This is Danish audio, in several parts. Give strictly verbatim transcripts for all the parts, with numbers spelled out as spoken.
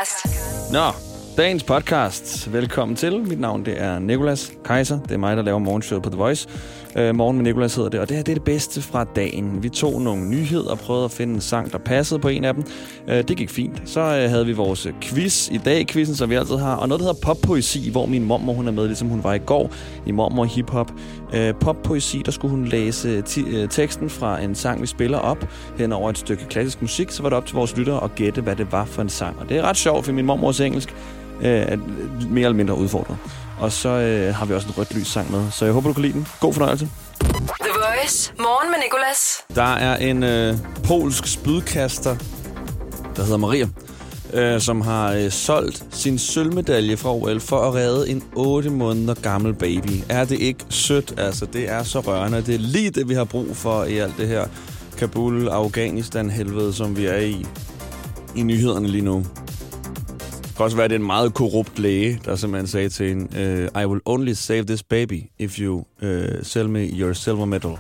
podcast. Nå, dagens podcast. Velkommen til. Mit navn det er Nicolas Kaiser. Det er mig, der laver morgenshowet på The Voice. Uh, Morgen med Nicolas hedder det, og det her det er det bedste fra dagen. Vi tog nogle nyheder og prøvede at finde en sang, der passede på en af dem. Uh, det gik fint. Så uh, havde vi vores quiz i dag, quizzen, som vi altid har. Og noget, der hedder poppoesi, hvor min mormor hun er med, ligesom hun var i går i Mormor Hip-Hop. Uh, poppoesi, der skulle hun læse ti- uh, teksten fra en sang, vi spiller op hen over et stykke klassisk musik. Så var det op til vores lyttere at gætte, hvad det var for en sang. Og det er ret sjovt, for min mormors engelsk uh, er mere eller mindre udfordret. Og så øh, har vi også en rødt lys sang med. Så jeg håber, du kan lide den. God fornøjelse. The Voice. Morgen med Nicolas. Der er en øh, polsk spydkaster, der hedder Maria, øh, som har øh, solgt sin sølvmedalje fra O L for at redde en otte måneder gammel baby. Er det ikke sødt? Altså, det er så rørende. Det er lige det, vi har brug for i alt det her Kabul, Afghanistan helvede, som vi er i i nyhederne lige nu. Det kan også være, at det er en meget korrupt læge, der simpelthen sagde til hende, uh, I will only save this baby, if you uh, sell me your silver medal.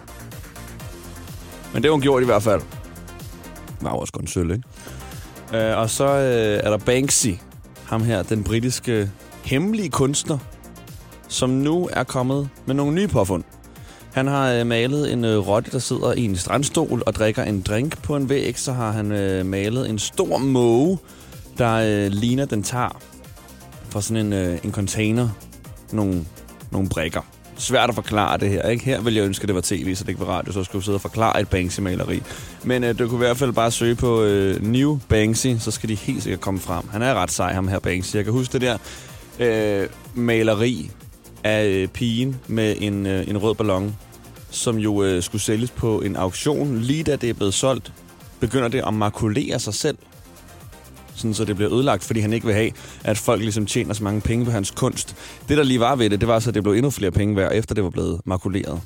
Men det har hun gjort i hvert fald. Det var også kun sølv, ikke? Uh, og så uh, er der Banksy, ham her, den britiske hemmelige kunstner, som nu er kommet med nogle nye påfund. Han har uh, malet en uh, rotte, der sidder i en strandstol og drikker en drink på en væg. Så har han uh, malet en stor måge, der øh, ligner, den tager fra sådan en, øh, en container nogle, nogle brikker. Svært at forklare det her, ikke? Her vil jeg ønske, at det var tv, så det ikke var radio, så skulle jeg sidde og forklare et Banksy-maleri. Men øh, du kunne i hvert fald bare søge på øh, New Banksy, så skal de helt sikkert komme frem. Han er ret sej, ham her Banksy. Jeg kan huske det der øh, maleri af øh, pigen med en, øh, en rød ballon, som jo øh, skulle sælges på en auktion. Lige da det er blevet solgt, begynder det at makulere sig selv, sådan så det bliver ødelagt, fordi han ikke vil have, at folk ligesom tjener så mange penge på hans kunst. Det, der lige var ved det, det var så, at det blev endnu flere penge værd, efter det var blevet makuleret.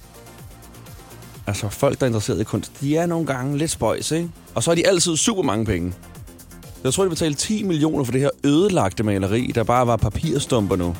Altså, folk, der er interesseret i kunst, de er nogle gange lidt spøjs, ikke? Og så har de altid super mange penge. Jeg tror, de betalte ti millioner for det her ødelagte maleri, der bare var papirstumper nu.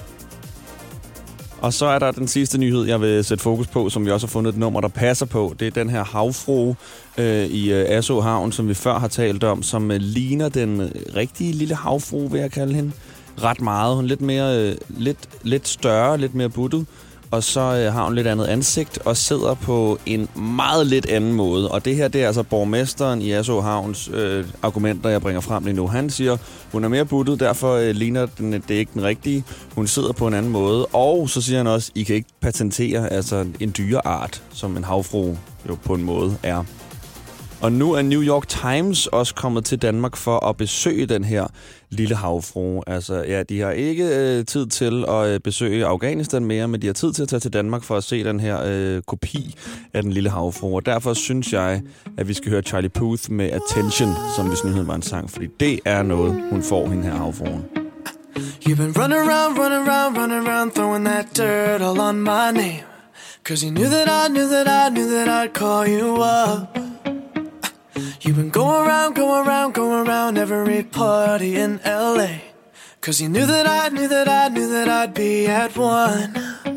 Og så er der den sidste nyhed, jeg vil sætte fokus på, som vi også har fundet et nummer, der passer på. Det er den her havfrue øh, i øh, Asaa Havn, som vi før har talt om, som øh, ligner den rigtige lille havfrue, vil jeg kalde hende. Ret meget. Hun er lidt, mere, øh, lidt, lidt større, lidt mere buttet. Og så øh, har hun lidt andet ansigt og sidder på en meget lidt anden måde. Og det her, det er altså borgmesteren i Asaa Havns øh, argumenter, jeg bringer frem lige nu. Han siger, hun er mere buttet, derfor øh, ligner den, det er ikke den rigtige. Hun sidder på en anden måde. Og så siger han også, I kan ikke patentere altså en dyreart, som en havfrue jo på en måde er. Og nu er New York Times også kommet til Danmark for at besøge den her lille havfrue. Altså, ja, de har ikke øh, tid til at øh, besøge Afghanistan mere, men de har tid til at tage til Danmark for at se den her øh, kopi af den lille havfrue. Og derfor synes jeg, at vi skal høre Charlie Puth med Attention, som hvis nyheden var en sang, fordi det er noget, hun får, hende her havfruen. You've been running around, running around, running around, throwing that dirt all on my name. Cause you knew that I knew that I knew that I'd call you up. You've been going around, going around, going around every party in L A. Cause you knew that I knew that I knew that I'd be at one.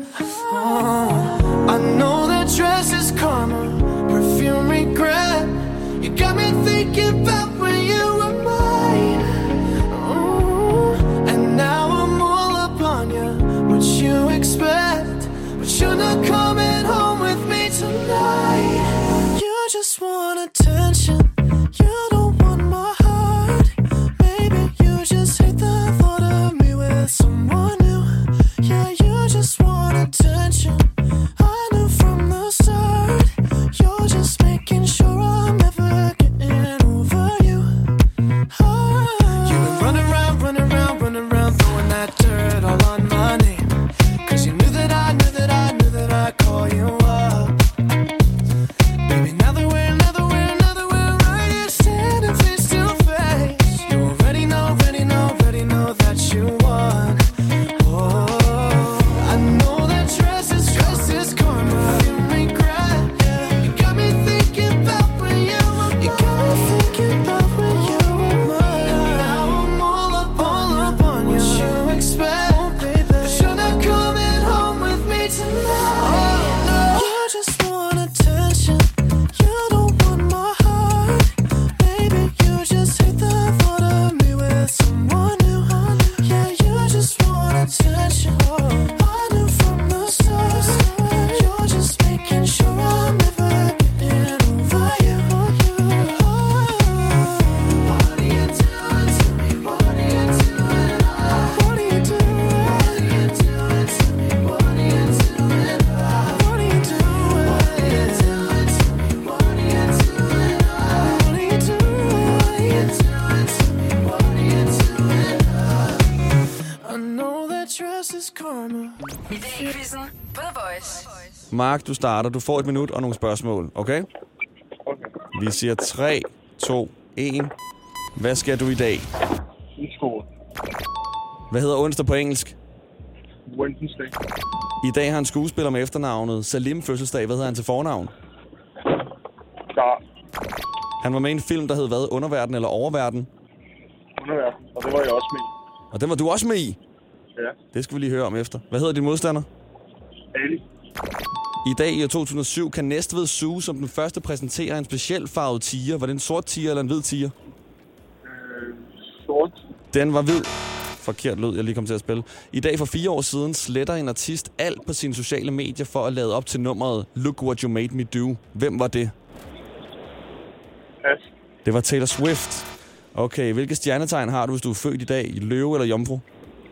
Oh, I know that dress is karma, perfume regret. You got me thinking about when you were mine. Oh, and now I'm all up on you, what you expect. But you're not coming home with me tonight. You just want attention. You don't want my heart. Maybe you just hate the thought of me with someone new. Yeah, you just want attention. I knew from the start. You're just making sure I'm never getting over you. på The Voice. Mark, du starter. Du får et minut og nogle spørgsmål, okay? Okay. Vi siger tre, to, et. Hvad skal du i dag? I skole. Hvad hedder onsdag på engelsk? Wednesday. I dag har en skuespiller med efternavnet Salim fødselsdag. Hvad hedder han til fornavn? Der. Han var med i en film, der hed hvad? Underverden eller Oververden? Underverden. Og det var jeg også med i. Og den var du også med i? Ja. Det skal vi lige høre om efter. Hvad hedder din modstander? Ali. I dag i år to tusind og syv kan Næstved Zoo som den første præsentere en speciel farvet tiger. Var det en sort tiger eller en hvid tiger? Øh, sort. Den var hvid. Forkert lød, jeg lige kom til at spille. I dag for fire år siden sletter en artist alt på sine sociale medier for at lade op til nummeret Look What You Made Me Do. Hvem var det? Pas. Det var Taylor Swift. Okay, hvilke stjernetegn har du, hvis du er født i dag? I løve eller jomfru?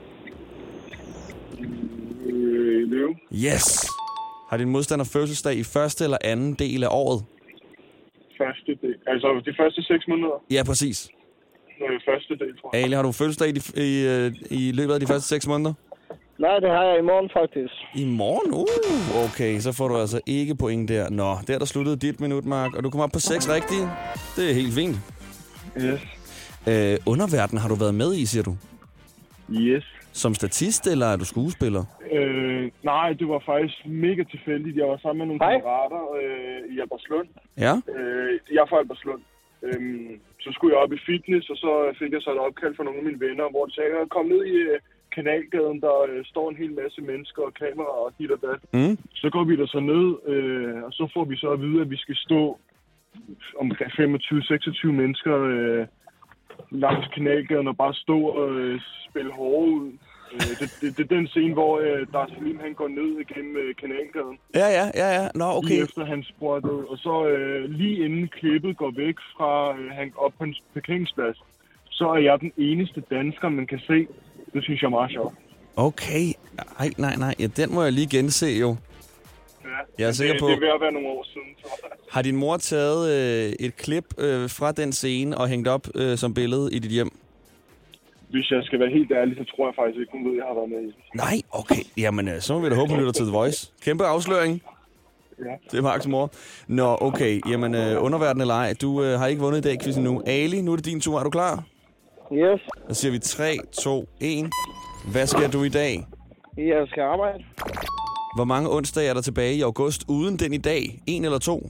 Øh, løve. Yes! Har din modstander fødselsdag i første eller anden del af året? Første del. Altså de første seks måneder. Ja, præcis. Øh, første del, tror jeg. Ali, har du fødselsdag i, de, i, øh, i løbet af de første seks måneder? Nej, det har jeg i morgen faktisk. I morgen? Uh, okay, så får du altså ikke point der. Nå, der der sluttede dit minut, Mark, og du kom op på seks rigtige. Det er helt fint. Yes. Øh, Underverden har du været med i, siger du? Yes. Som statist, eller er du skuespiller? Øh, nej, det var faktisk mega tilfældigt. Jeg var sammen med nogle Hej. kammerater øh, i Albertslund. Ja? Øh, jeg er fra Albertslund. Øhm, så skulle jeg op i fitness, og så fik jeg så et opkald fra nogle af mine venner, hvor de sagde, at jeg kom ned i øh, Kanalgaden, der øh, står en hel masse mennesker og kameraer og dit og dat. Mm. Så går vi der så ned, øh, og så får vi så at vide, at vi skal stå omkring femogtyve til seksogtyve mennesker øh, langs Kanalgaden og bare stå og øh, spille hårde ud. Øh, det, det, det er den scene, hvor øh, Dar Salim, han går ned igennem øh, Kanalgaden. Ja, ja, ja, ja. Nå, okay. Lige efter hans bror er død. Og så øh, lige inden klippet går væk fra øh, han op på en parkeringsplads, så er jeg den eneste dansker, man kan se. Det synes jeg er meget sjovt. Okay. Ej, nej, nej. Ja, den må jeg lige gense, jo. Ja, Jeg er sikker det, på- det er ved at være nogle år siden. Så. Har din mor taget øh, et klip øh, fra den scene og hængt op øh, som billede i dit hjem? Hvis jeg skal være helt ærlig, så tror jeg faktisk ikke, hun ved, at jeg har været med i. Nej, okay. Jamen, øh, så må vi da håbe, hun lytter til The Voice. Kæmpe afsløring. Ja. Det er Marks mor. Nå, okay. Jamen, øh, underverden eller ej. Du øh, har ikke vundet i dag, quizzen nu. Ali, nu er det din tur. Er du klar? Yes, Så siger vi tre, to, et. Hvad skal du i dag? jeg skal arbejde. Hvor mange onsdage er der tilbage i august uden den i dag? En eller to?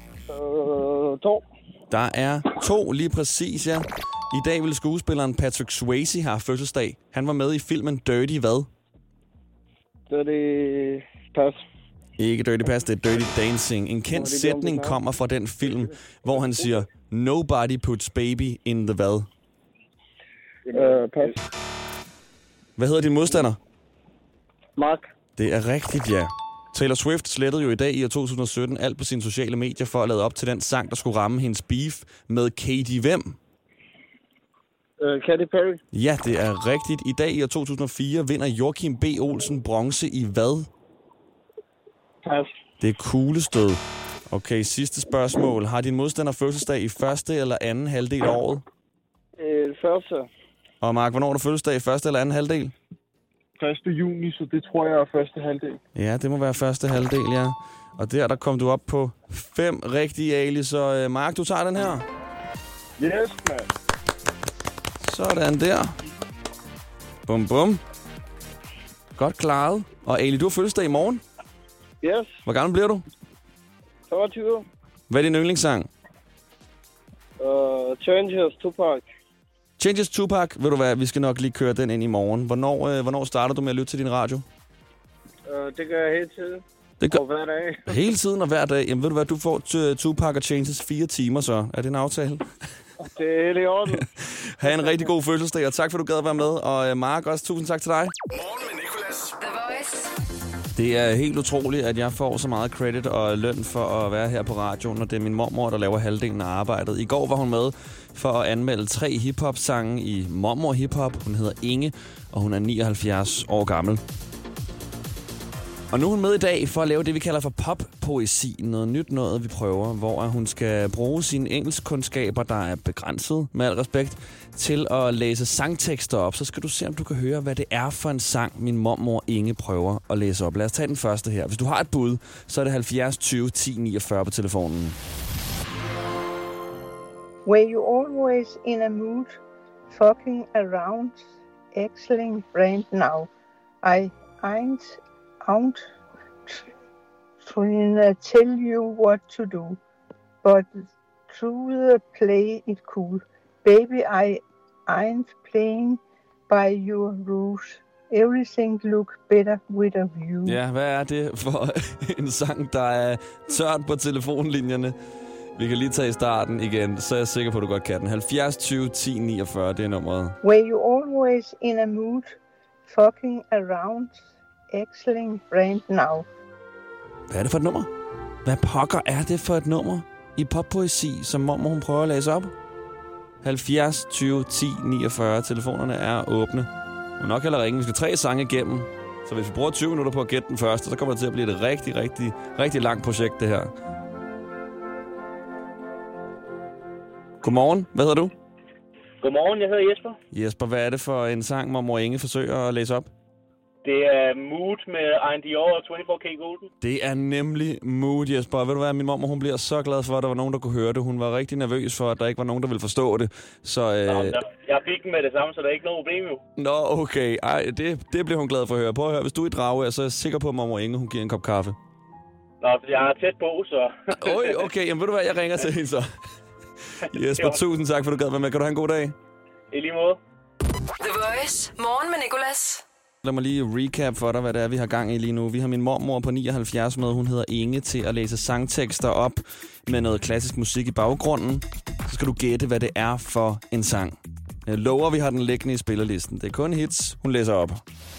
Øh, to. Der er to lige præcis, ja. I dag vil skuespilleren Patrick Swayze have fødselsdag. Han var med i filmen Dirty hvad? Det er det... Pas. Ikke Dirty Pass, det er Dirty Dancing. En kendt det er sætning dumt, kommer fra den film, hvor han siger, Nobody puts baby in the hvad? Øh, pas. Hvad hedder din modstander? Mark. Det er rigtigt, ja. Taylor Swift slettede jo i dag i år to tusind og sytten alt på sine sociale medier for at lade op til den sang, der skulle ramme hendes beef med Katy hvem? Øh, Katy Perry. Ja, det er rigtigt. I dag i år to tusind og fire vinder Joachim B. Olsen bronze i hvad? Pas. Det er kuglestød. Okay, sidste spørgsmål. Har din modstander fødselsdag i første eller anden halvdel af året? Øh, første. Og Mark, hvornår er du fødselsdag i første eller anden halvdel? første juni, så det tror jeg er første halvdel. Ja, det må være første halvdel, ja. Og der, der kom du op på fem rigtige, Ali. Så uh, Mark, du tager den her. Yes, man. Sådan der. Bum, bum. Godt klaret. Og Ali, du har fødselsdag i morgen. Yes, Hvor gammel bliver du? toogtyve. Hvad er din yndlingssang? Øh, Changes, Tupac. Changes Tupac. Ved du hvad, vi skal nok lige køre den ind i morgen. Hvornår, øh, hvornår starter du med at lytte til din radio? Øh, det gør jeg hele tiden. Det gør Og hver dag. hele tiden og hver dag. Jamen ved du hvad, du får t- Tupac og Changes fire timer så. Er det en aftale? Det er helt i orden. Ha' en rigtig god fødselsdag, og tak for, at du gad at være med. Og øh, Mark, også tusind tak til dig. Morgen med Nicolas. The Voice. Det er helt utroligt, at jeg får så meget credit og løn for at være her på radioen, og det er min mormor, der laver halvdelen af arbejdet. I går var hun med for at anmelde tre hiphop-sange i Mormor Hiphop. Hun hedder Inge, og hun er nioghalvfjerds år gammel. Og nu er hun med i dag for at lave det, vi kalder for pop-poesi. Noget nyt noget, vi prøver, hvor hun skal bruge sine engelskkundskaber, der er begrænset, med al respekt, til at læse sangtekster op. Så skal du se, om du kan høre, hvad det er for en sang, min mormor Inge prøver at læse op. Lad os tage den første her. Hvis du har et bud, så er det halvfjerds tyve ti niogfyrre på telefonen. Were you always in a mood, fucking around, excellent brand now? I ain't out to tell you what to do, but through the play it cool. Baby, I ain't playing by your rules. Everything look better with a view. Ja, hvad er det for en sang, der er tørt på telefonlinjerne? Vi kan lige tage i starten igen, så er jeg sikker på, at du godt kan den. halvfjerds tyve ti niogfyrre, det er nummeret. Were you always in a mood, fucking around, excellent brand now? Hvad er det for et nummer? Hvad pokker er det for et nummer i poppoesi, som mormor hun prøver at læse op? halvfjerds tyve ti niogfyrre, telefonerne er åbne. Du må nok heller ringe, vi skal tre sange igennem. Så hvis vi bruger tyve minutter på at gætte den første, så kommer det til at blive et rigtig, rigtig, rigtig langt projekt, det her. Godmorgen, hvad hedder du? Godmorgen, jeg hedder Jesper. Jesper, hvad er det for en sang, mormor Inge forsøger at læse op? Det er Mood med Ein Dior og toogtyve K Golden. Det er nemlig Mood, Jesper. Ved du hvad, min mormor hun bliver så glad for, at der var nogen, der kunne høre det. Hun var rigtig nervøs for, at der ikke var nogen, der ville forstå det. Så, øh... Nå, jeg, jeg fik den med det samme, så der er ikke noget problem jo. Nå, okay. Ej, det, det bliver hun glad for at høre. Prøv at høre, hvis du er i Drage, så er jeg sikker på, at mormor Inge hun giver en kop kaffe. Nå, jeg er tæt på, så... Oj, okay. Jamen ved du hvad, jeg ringer til hende så. Jesper, tusind tak, for du gad være med. Kan du have en god dag? I lige måde. The Voice. Morgen med Nicolas. Lad mig lige recap for dig, hvad det er, vi har gang i lige nu. Vi har min mormor på nioghalvfjerds med, hun hedder Inge, til at læse sangtekster op med noget klassisk musik i baggrunden. Så skal du gætte, hvad det er for en sang. Jeg lover, vi har den liggende i spillerlisten. Det er kun hits, hun læser op.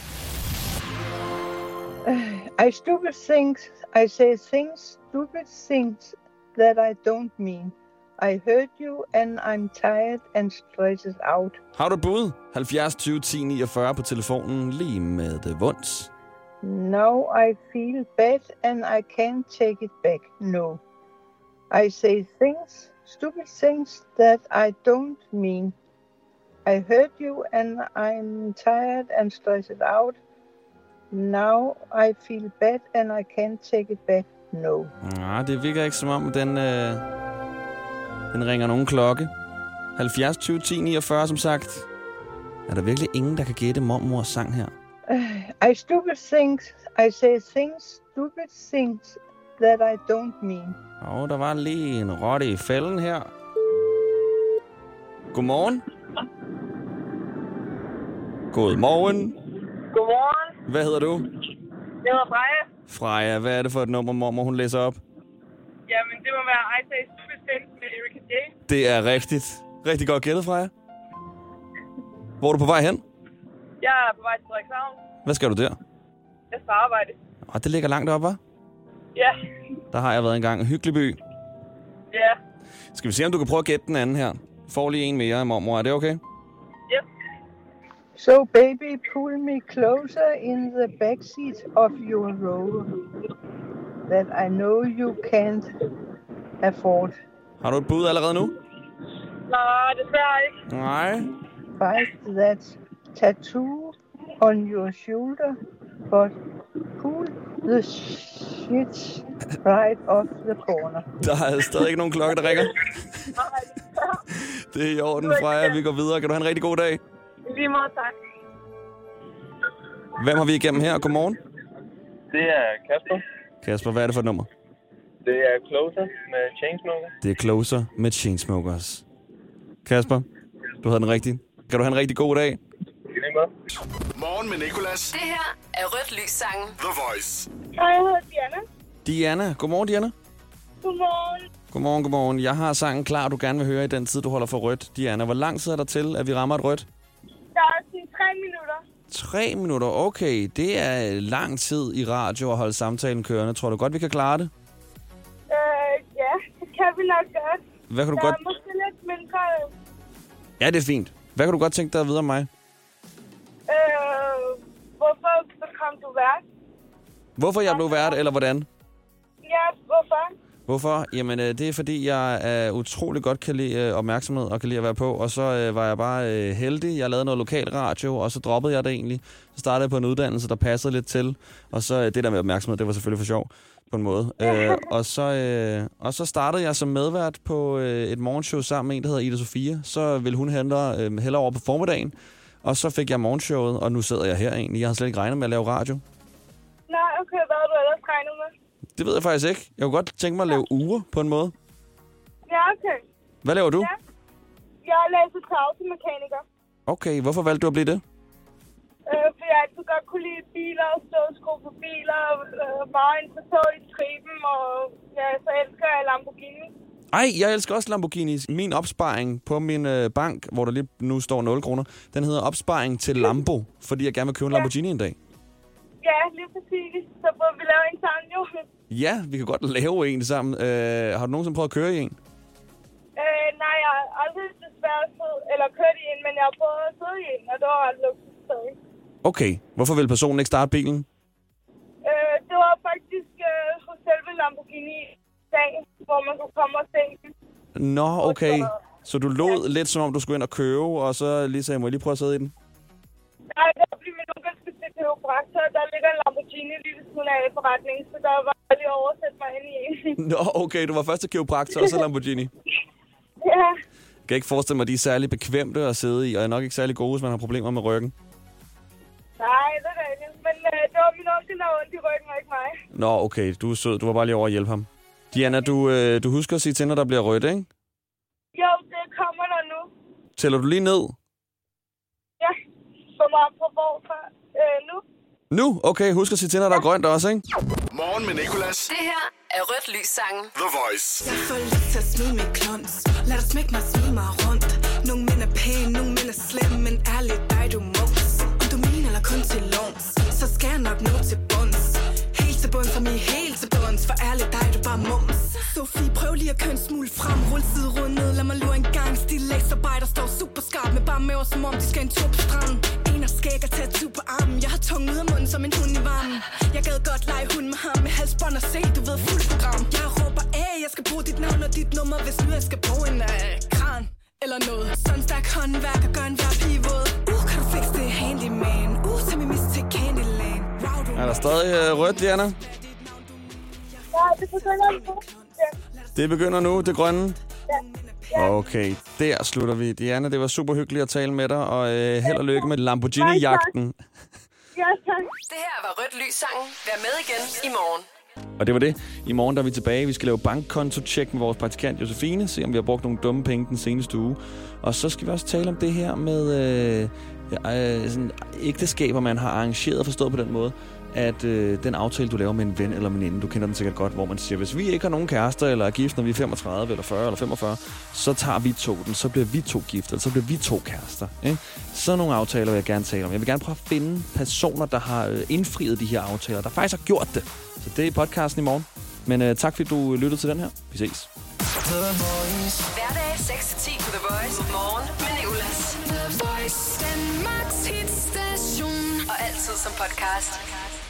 Uh, I stupid things, I say things, stupid things that I don't mean. I heard you, and I'm tired and stressed out. Har du et bud? halvfjerds tyve ti niogfyrre på telefonen, lige med det vunds. Now I feel bad, and I can't take it back, no. I say things, stupid things that I don't mean. I heard you, and I'm tired and stressed out. Now I feel bad, and I can't take it back, no. Nej, det virker ikke som om, den... Øh Den ringer nogen klokke. halvfjerds tyve ti niogfyrre, som sagt. Er der virkelig ingen, der kan gætte mormors sang her? Uh, I stupid things. I say things, stupid things that I don't mean. Og der var lige en rotte i fælden her. Godmorgen. Godmorgen. Godmorgen. Hvad hedder du? Jeg hedder Freja. Freja, hvad er det for et nummer, mormor hun læser op? Jamen, det må være I Say Stupid Things med Erika Jane. Det er rigtigt. Rigtig godt gættet, Freja. Hvor er du på vej hen? Jeg er på vej til Frederikshavn. Hvad skal du der? Jeg skal arbejde. Og det ligger langt op, hva'? Ja. Der har jeg været engang. En hyggelig by. Ja. Skal vi se, om du kan prøve at gætte den anden her? Får lige en mere, mormor. Er det okay? Yep. So baby, pull me closer in the backseat of your Rover that I know you can't afford. Har du et bud allerede nu? Nej, desværre ikke. Nej. Fight that tattoo on your shoulder, but pull the shit right off the corner. Der er stadig ikke nogen klokke, der ringer. Det er i orden, Freja. Vi går videre. Kan du have en rigtig god dag? Lige meget, tak. Hvem har vi igennem her? Godmorgen. Det er Kasper. Kasper, hvad er det for et nummer? Det er Closer med Chainsmokers. Det er Closer med Chainsmokers. Kasper, du havde den rigtige. Kan du have en rigtig god dag? Lige meget. Morgen med Nicolas. Det her er Rødt Lys sangen. The Voice. Hej, jeg hedder Diana. Diana. Godmorgen, Diana. Godmorgen. Godmorgen, godmorgen. Jeg har sangen klar, du gerne vil høre i den tid, du holder for rødt. Diana, hvor lang tid er der til, at vi rammer et rødt? Der er sådan tre minutter. Tre minutter, okay. Det er lang tid i radio at holde samtalen kørende. Tror du godt, vi kan klare det? Øh, ja, det kan vi nok godt. Hvad kan du der godt... er måske lidt mindre... Ja, det er fint. Hvad kan du godt tænke dig at vide om mig? Øh, hvorfor så kom du vært? Hvorfor jeg blev vært, eller hvordan? Ja, hvorfor? Hvorfor? Jamen, øh, det er fordi, jeg er utrolig godt kan lide øh, opmærksomhed og kan lide at være på. Og så øh, var jeg bare øh, heldig. Jeg lavede noget lokal radio, og så droppede jeg det egentlig. Så startede jeg på en uddannelse, der passede lidt til. Og så øh, det der med opmærksomhed, det var selvfølgelig for sjov på en måde. Øh, og, så, øh, og så startede jeg som medvært på øh, et morgenshow sammen med en, der hedder Ida Sofia. Så ville hun hellere, øh, hellere over på formiddagen. Og så fik jeg morgenshowet, og nu sidder jeg her egentlig. Jeg har slet ikke regnet med at lave radio. Nej, okay. Hvad har du ellers regnet med? Det ved jeg faktisk ikke. Jeg kunne godt tænke mig at lave uger på en måde. Ja, okay. Hvad laver du? Ja. Jeg læser til automekaniker. Okay, hvorfor valgte du at blive det? Øh, fordi jeg altid godt kunne lide biler og stå og skrue på biler. Øh, bare interesseret i triben, og ja, så elsker jeg Lamborghini. Ej, jeg elsker også Lamborghini. Min opsparing på min øh, bank, hvor der lige nu står nul kroner, den hedder opsparing til Lambo, fordi jeg gerne vil købe en Lamborghini en dag. Ja, lige præcis. Så burde vi lave en sammen, jo. Ja, vi kan godt lave en sammen. Øh, har du nogensinde prøvet at køre i en? Øh, nej, jeg har aldrig desværre siddet, eller kørt i en, men jeg har prøvet at sidde i en, og det var ret luksus. Okay, hvorfor vil personen ikke starte bilen? Øh, det var faktisk øh, hos selve Lamborghini dag, hvor man kunne komme og se den. Nå, okay. Så du lod ja. lidt, som om du skulle ind og købe, og så lige sagde, må jeg lige prøve at sidde i den? Nej, det var fordi min onkel skulle til kiropraktor, der ligger en Lamborghini lige ved siden af forretningen, så der var lige oversat mig ind i en. Nå, okay, du var først til kiropraktor, og så Lamborghini. Ja. Jeg kan ikke forestille mig, at de er særlig bekvemte at sidde i, og er nok ikke særlig gode, hvis man har problemer med ryggen. Nej, det er rigtigt. Men øh, det var min onkel, der var ondt i ryggen, og ikke mig. Nå, okay, du er sød. Du var bare lige over at hjælpe ham. Diana, du, øh, du husker at sige til, når der bliver rødt, ikke? Jo, det kommer der nu. Tæller du lige ned? Ja, for mig på hvorfor øh, nu. Nu? Okay, husk at sige til, når der er grønt også, ikke? Morgen med Nicolas. Det her er Rødt Lys sangen. The Voice. Jeg får lyst til at smide min klons. Lad dig smække mig, smide mig rundt. Nogle mænd er pæne, nogle mænd er slemme, men ærligt dig du mums. Om du mener eller kun til låns, så skal jeg nok nå til bunds. Helt til bunds, som i helt til bunds. For ærligt dig du bare mums. Sofie, prøv lige at køre en smule frem. Rul side rundt ned, lad mig lure en gang. Stil laserarbejder står super skarp med bare maver, som om de skal en tur på stranden. En og skæg og tattoo på armen. Jeg har tungen ud af munden som en hund i varmen. Jeg gad godt lege hund med ham med halsbånd og se, du ved, fuld program. Jeg råber af, jeg skal bruge dit navn og dit nummer, hvis nu jeg skal bruge en øh, kran eller noget. Sådan stærk håndværk og gør en hver pige våd. Uh, kan du fikse det handyman? Uh, tag mig mis til Candyland. Wow, er der stadig øh, rødt, Diana? Ja, det begynder nu. Ja. Det begynder nu, det grønne? Ja. Ja. Okay, der slutter vi. Diana, det var super hyggeligt at tale med dig, og øh, held og lykke med Lamborghini-jagten. Ja, tak. Det her var Rødt Lys sangen. Vær med igen i morgen. Og det var det. I morgen der er vi tilbage. Vi skal lave bankkonto-check med vores praktikant Josefine. Se om vi har brugt nogle dumme penge den seneste uge. Og så skal vi også tale om det her med øh, øh, sådan ægteskaber, man har arrangeret, forstået på den måde, at øh, den aftale, du laver med en ven eller en veninde, du kender den sikkert godt, hvor man siger, hvis vi ikke har nogen kærester eller er gift, når vi er femogtredive eller fyrre eller femogfyrre, så tager vi to den, så bliver vi to gift, eller så bliver vi to kærester. Ikke? Sådan nogle aftaler vil jeg gerne tale om. Jeg vil gerne prøve at finde personer, der har øh, indfriet de her aftaler, der faktisk har gjort det. Så det er i podcasten i morgen. Men øh, tak fordi du lyttede til den her. Vi ses. Hverdag seks til ti på The Voice. Morgen med Nicolas. The Voice, Danmarks hitstation. Og altid som podcast.